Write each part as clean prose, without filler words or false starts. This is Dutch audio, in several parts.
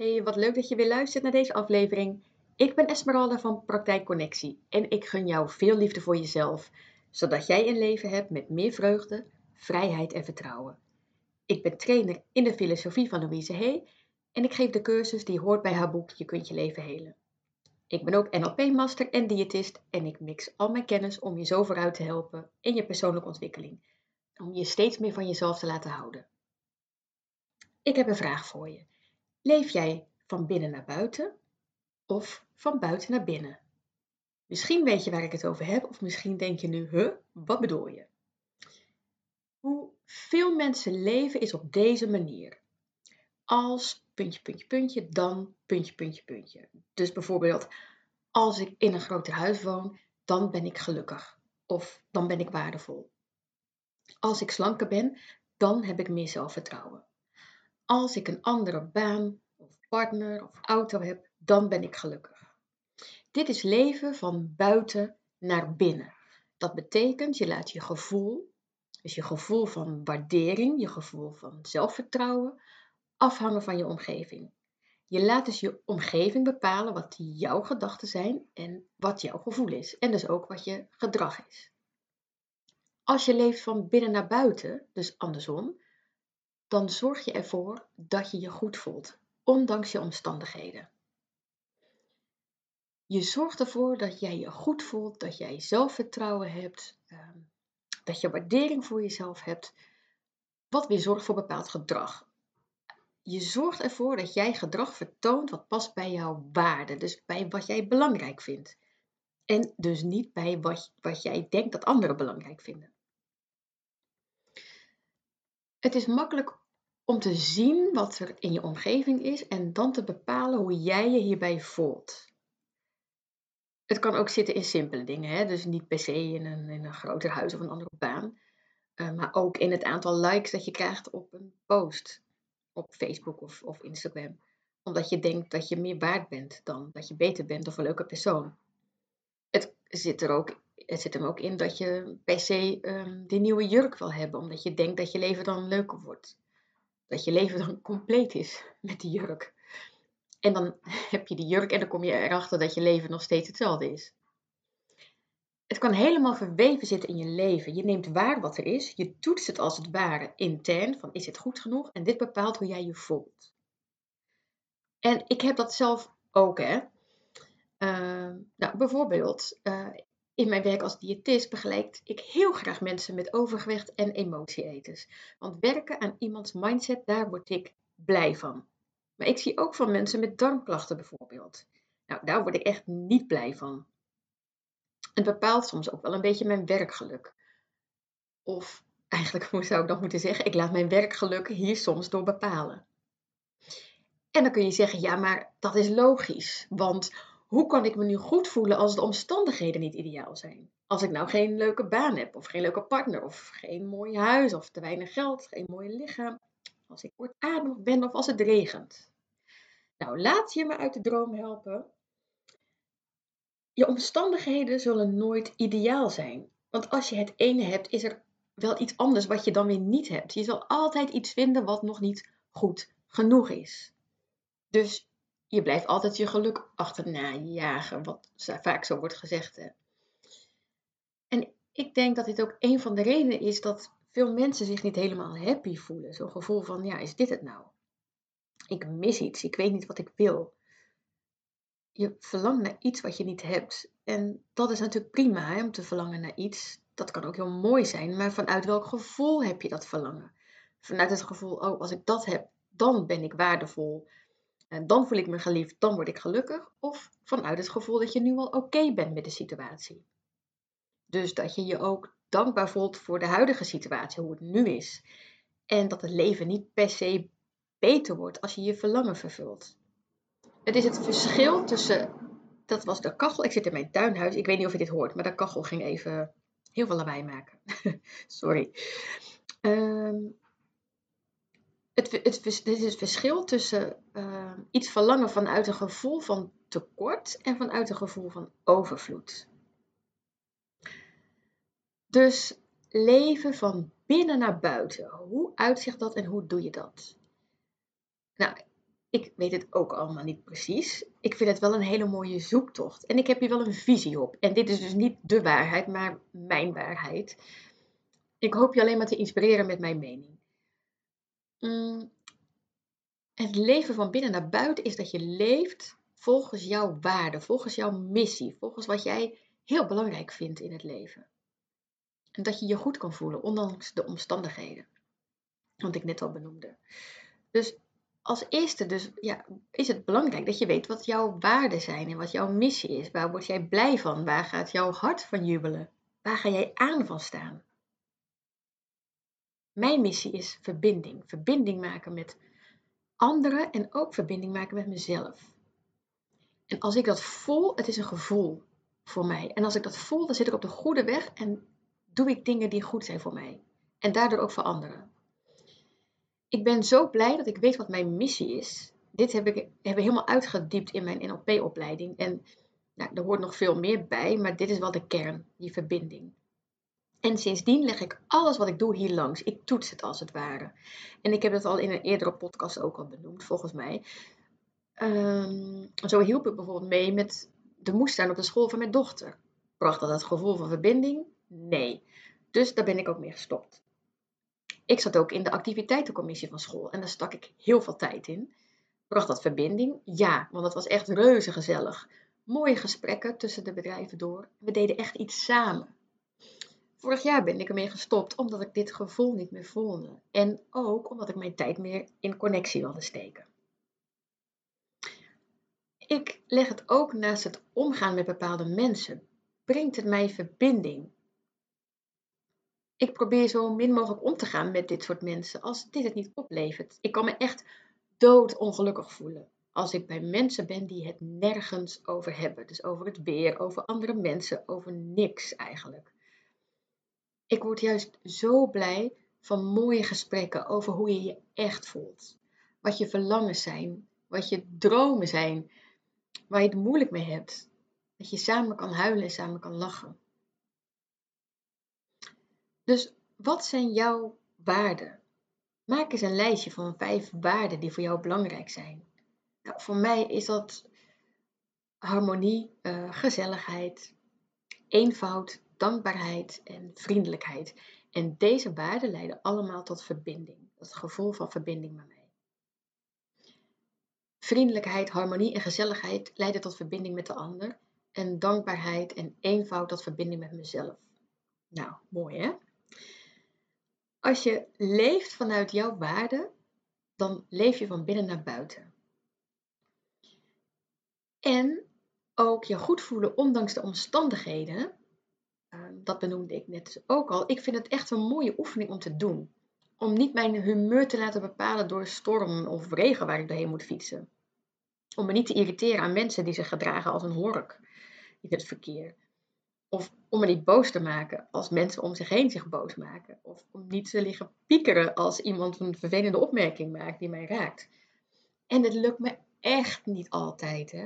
Hey, wat leuk dat je weer luistert naar deze aflevering. Ik ben Esmeralda van Praktijk Connectie en ik gun jou veel liefde voor jezelf, zodat jij een leven hebt met meer vreugde, vrijheid en vertrouwen. Ik ben trainer in de filosofie van Louise Hay en ik geef de cursus die hoort bij haar boek Je kunt je leven helen. Ik ben ook NLP-master en diëtist en ik mix al mijn kennis om je zo vooruit te helpen in je persoonlijke ontwikkeling, om je steeds meer van jezelf te laten houden. Ik heb een vraag voor je. Leef jij van binnen naar buiten of van buiten naar binnen? Misschien weet je waar ik het over heb, of misschien denk je nu, wat bedoel je? Hoe veel mensen leven is op deze manier. Als puntje, puntje, puntje, dan puntje, puntje, puntje. Dus bijvoorbeeld, als ik in een groter huis woon, dan ben ik gelukkig. Of dan ben ik waardevol. Als ik slanker ben, dan heb ik meer zelfvertrouwen. Als ik een andere baan, of partner, of auto heb, dan ben ik gelukkig. Dit is leven van buiten naar binnen. Dat betekent, je laat je gevoel, dus je gevoel van waardering, je gevoel van zelfvertrouwen, afhangen van je omgeving. Je laat dus je omgeving bepalen wat jouw gedachten zijn en wat jouw gevoel is. En dus ook wat je gedrag is. Als je leeft van binnen naar buiten, dus andersom, dan zorg je ervoor dat je je goed voelt, ondanks je omstandigheden. Je zorgt ervoor dat jij je goed voelt, dat jij zelfvertrouwen hebt, dat je waardering voor jezelf hebt, wat weer zorgt voor bepaald gedrag. Je zorgt ervoor dat jij gedrag vertoont wat past bij jouw waarden, dus bij wat jij belangrijk vindt. En dus niet bij wat jij denkt dat anderen belangrijk vinden. Het is makkelijk om te zien wat er in je omgeving is en dan te bepalen hoe jij je hierbij voelt. Het kan ook zitten in simpele dingen, hè? Dus niet per se in een groter huis of een andere baan. Maar ook in het aantal likes dat je krijgt op een post op Facebook of Instagram. Omdat je denkt dat je meer waard bent dan dat je beter bent of een leuke persoon. Het zit hem ook in dat je per se die nieuwe jurk wil hebben. Omdat je denkt dat je leven dan leuker wordt. Dat je leven dan compleet is met die jurk. En dan heb je die jurk en dan kom je erachter dat je leven nog steeds hetzelfde is. Het kan helemaal verweven zitten in je leven. Je neemt waar wat er is, je toetst het als het ware intern, van is het goed genoeg? En dit bepaalt hoe jij je voelt. En ik heb dat zelf ook, hè. Bijvoorbeeld, in mijn werk als diëtist begeleid ik heel graag mensen met overgewicht en emotieeters. Want werken aan iemands mindset, daar word ik blij van. Maar ik zie ook van mensen met darmklachten bijvoorbeeld. Nou, daar word ik echt niet blij van. Het bepaalt soms ook wel een beetje mijn werkgeluk. Of eigenlijk zou ik dan moeten zeggen, ik laat mijn werkgeluk hier soms door bepalen. En dan kun je zeggen, ja, maar dat is logisch. Want hoe kan ik me nu goed voelen als de omstandigheden niet ideaal zijn? Als ik nou geen leuke baan heb, of geen leuke partner, of geen mooi huis, of te weinig geld, geen mooi lichaam. Als ik kortademig ben of als het regent. Nou, laat je me uit de droom helpen. Je omstandigheden zullen nooit ideaal zijn. Want als je het ene hebt, is er wel iets anders wat je dan weer niet hebt. Je zal altijd iets vinden wat nog niet goed genoeg is. Dus je blijft altijd je geluk achterna jagen, wat vaak zo wordt gezegd. Hè. En ik denk dat dit ook een van de redenen is dat veel mensen zich niet helemaal happy voelen. Zo'n gevoel van, ja, is dit het nou? Ik mis iets, ik weet niet wat ik wil. Je verlangt naar iets wat je niet hebt. En dat is natuurlijk prima, hè, om te verlangen naar iets. Dat kan ook heel mooi zijn, maar vanuit welk gevoel heb je dat verlangen? Vanuit het gevoel, oh, als ik dat heb, dan ben ik waardevol. En dan voel ik me geliefd, dan word ik gelukkig. Of vanuit het gevoel dat je nu al oké bent met de situatie. Dus dat je je ook dankbaar voelt voor de huidige situatie, hoe het nu is. En dat het leven niet per se beter wordt als je je verlangen vervult. Het is het verschil tussen, dat was de kachel, ik zit in mijn tuinhuis, ik weet niet of je dit hoort, maar de kachel ging even heel veel lawaai maken. Sorry. Dit is het verschil tussen iets verlangen vanuit een gevoel van tekort en vanuit een gevoel van overvloed. Dus leven van binnen naar buiten. Hoe uitzicht dat en hoe doe je dat? Nou, Ik weet het ook allemaal niet precies. Ik vind het wel een hele mooie zoektocht. En ik heb hier wel een visie op. En dit is dus niet de waarheid, maar mijn waarheid. Ik hoop je alleen maar te inspireren met mijn mening. Mm, Het leven van binnen naar buiten is dat je leeft volgens jouw waarden, volgens jouw missie, volgens wat jij heel belangrijk vindt in het leven. En dat je je goed kan voelen, ondanks de omstandigheden. Wat ik net al benoemde. Dus als eerste is het belangrijk dat je weet wat jouw waarden zijn en wat jouw missie is. Waar word jij blij van? Waar gaat jouw hart van jubelen? Waar ga jij aan van staan? Mijn missie is verbinding. Verbinding maken met anderen en ook verbinding maken met mezelf. En als ik dat voel, het is een gevoel voor mij. En als ik dat voel, dan zit ik op de goede weg en doe ik dingen die goed zijn voor mij. En daardoor ook voor anderen. Ik ben zo blij dat ik weet wat mijn missie is. Dit hebben we helemaal uitgediept in mijn NLP-opleiding. En er hoort nog veel meer bij, maar dit is wel de kern, die verbinding. En sindsdien leg ik alles wat ik doe hier langs. Ik toets het als het ware. En ik heb het al in een eerdere podcast ook al benoemd, volgens mij. Zo hielp ik bijvoorbeeld mee met de moestuin op de school van mijn dochter. Bracht dat het gevoel van verbinding? Nee. Dus daar ben ik ook mee gestopt. Ik zat ook in de activiteitencommissie van school en daar stak ik heel veel tijd in. Bracht dat verbinding? Ja, want het was echt reuze gezellig. Mooie gesprekken tussen de bedrijven door. We deden echt iets samen. Vorig jaar ben ik ermee gestopt omdat ik dit gevoel niet meer voelde. En ook omdat ik mijn tijd meer in connectie wilde steken. Ik leg het ook naast het omgaan met bepaalde mensen. Brengt het mij verbinding? Ik probeer zo min mogelijk om te gaan met dit soort mensen als dit het niet oplevert. Ik kan me echt doodongelukkig voelen als ik bij mensen ben die het nergens over hebben. Dus over het weer, over andere mensen, over niks eigenlijk. Ik word juist zo blij van mooie gesprekken over hoe je je echt voelt. Wat je verlangens zijn, wat je dromen zijn, waar je het moeilijk mee hebt. Dat je samen kan huilen en samen kan lachen. Dus wat zijn jouw waarden? Maak eens een lijstje van 5 waarden die voor jou belangrijk zijn. Nou, voor mij is dat harmonie, gezelligheid, eenvoud, dankbaarheid en vriendelijkheid. En deze waarden leiden allemaal tot verbinding. Dat gevoel van verbinding met mij. Vriendelijkheid, harmonie en gezelligheid leiden tot verbinding met de ander. En dankbaarheid en eenvoud tot verbinding met mezelf. Nou, mooi hè? Als je leeft vanuit jouw waarden, dan leef je van binnen naar buiten. En ook je goed voelen ondanks de omstandigheden, dat benoemde ik net ook al. Ik vind het echt een mooie oefening om te doen. Om niet mijn humeur te laten bepalen door storm of regen waar ik doorheen moet fietsen. Om me niet te irriteren aan mensen die zich gedragen als een hork in het verkeer. Of om me niet boos te maken als mensen om zich heen zich boos maken. Of om niet te liggen piekeren als iemand een vervelende opmerking maakt die mij raakt. En het lukt me echt niet altijd, hè.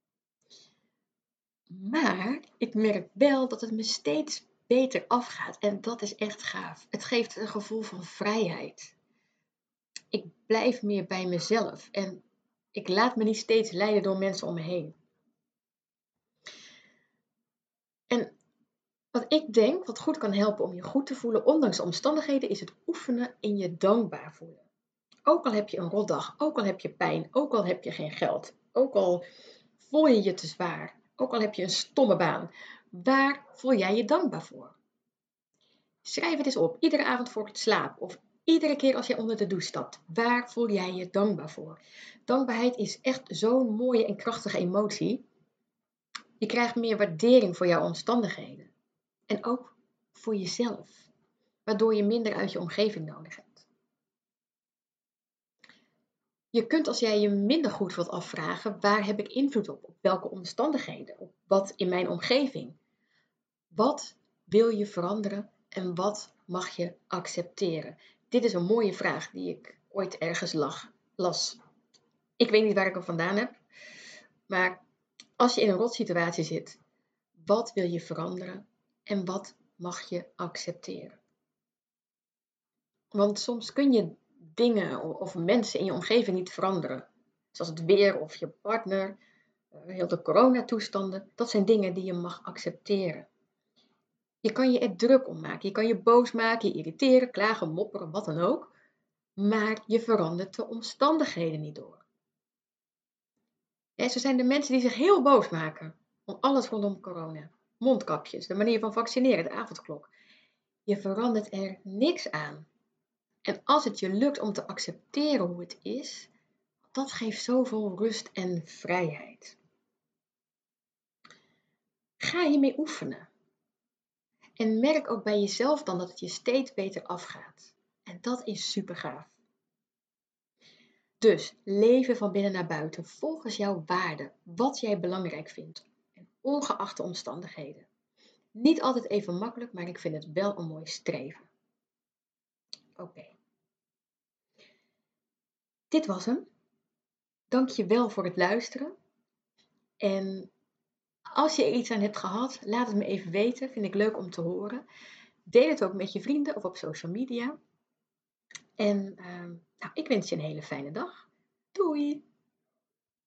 Maar ik merk wel dat het me steeds beter afgaat. En dat is echt gaaf. Het geeft een gevoel van vrijheid. Ik blijf meer bij mezelf. En ik laat me niet steeds leiden door mensen om me heen. En wat ik denk, wat goed kan helpen om je goed te voelen, ondanks de omstandigheden, is het oefenen in je dankbaar voelen. Ook al heb je een rotdag, ook al heb je pijn, ook al heb je geen geld, ook al voel je je te zwaar, ook al heb je een stomme baan, waar voel jij je dankbaar voor? Schrijf het eens op, iedere avond voor het slapen of iedere keer als je onder de douche stapt. Waar voel jij je dankbaar voor? Dankbaarheid is echt zo'n mooie en krachtige emotie. Je krijgt meer waardering voor jouw omstandigheden. En ook voor jezelf, waardoor je minder uit je omgeving nodig hebt. Je kunt als jij je minder goed wilt afvragen, waar heb ik invloed op? Op welke omstandigheden? Op wat in mijn omgeving? Wat wil je veranderen en wat mag je accepteren? Dit is een mooie vraag die ik ooit ergens las. Ik weet niet waar ik hem vandaan heb, maar als je in een rotsituatie zit, wat wil je veranderen en wat mag je accepteren? Want soms kun je dingen of mensen in je omgeving niet veranderen. zoals het weer of je partner, heel de coronatoestanden, dat zijn dingen die je mag accepteren. Je kan je er druk om maken, je kan je boos maken, je irriteren, klagen, mopperen, wat dan ook, maar je verandert de omstandigheden niet door. Zo zijn de mensen die zich heel boos maken om alles rondom corona. Mondkapjes, de manier van vaccineren, de avondklok. Je verandert er niks aan. En als het je lukt om te accepteren hoe het is, dat geeft zoveel rust en vrijheid. Ga hiermee oefenen. En merk ook bij jezelf dan dat het je steeds beter afgaat. En dat is super gaaf. Dus leven van binnen naar buiten, volgens jouw waarden, wat jij belangrijk vindt. En ongeacht de omstandigheden. Niet altijd even makkelijk, maar ik vind het wel een mooi streven. Oké. Dit was hem. Dank je wel voor het luisteren. En als je er iets aan hebt gehad, laat het me even weten. Vind ik leuk om te horen. Deel het ook met je vrienden of op social media. En ik wens je een hele fijne dag. Doei!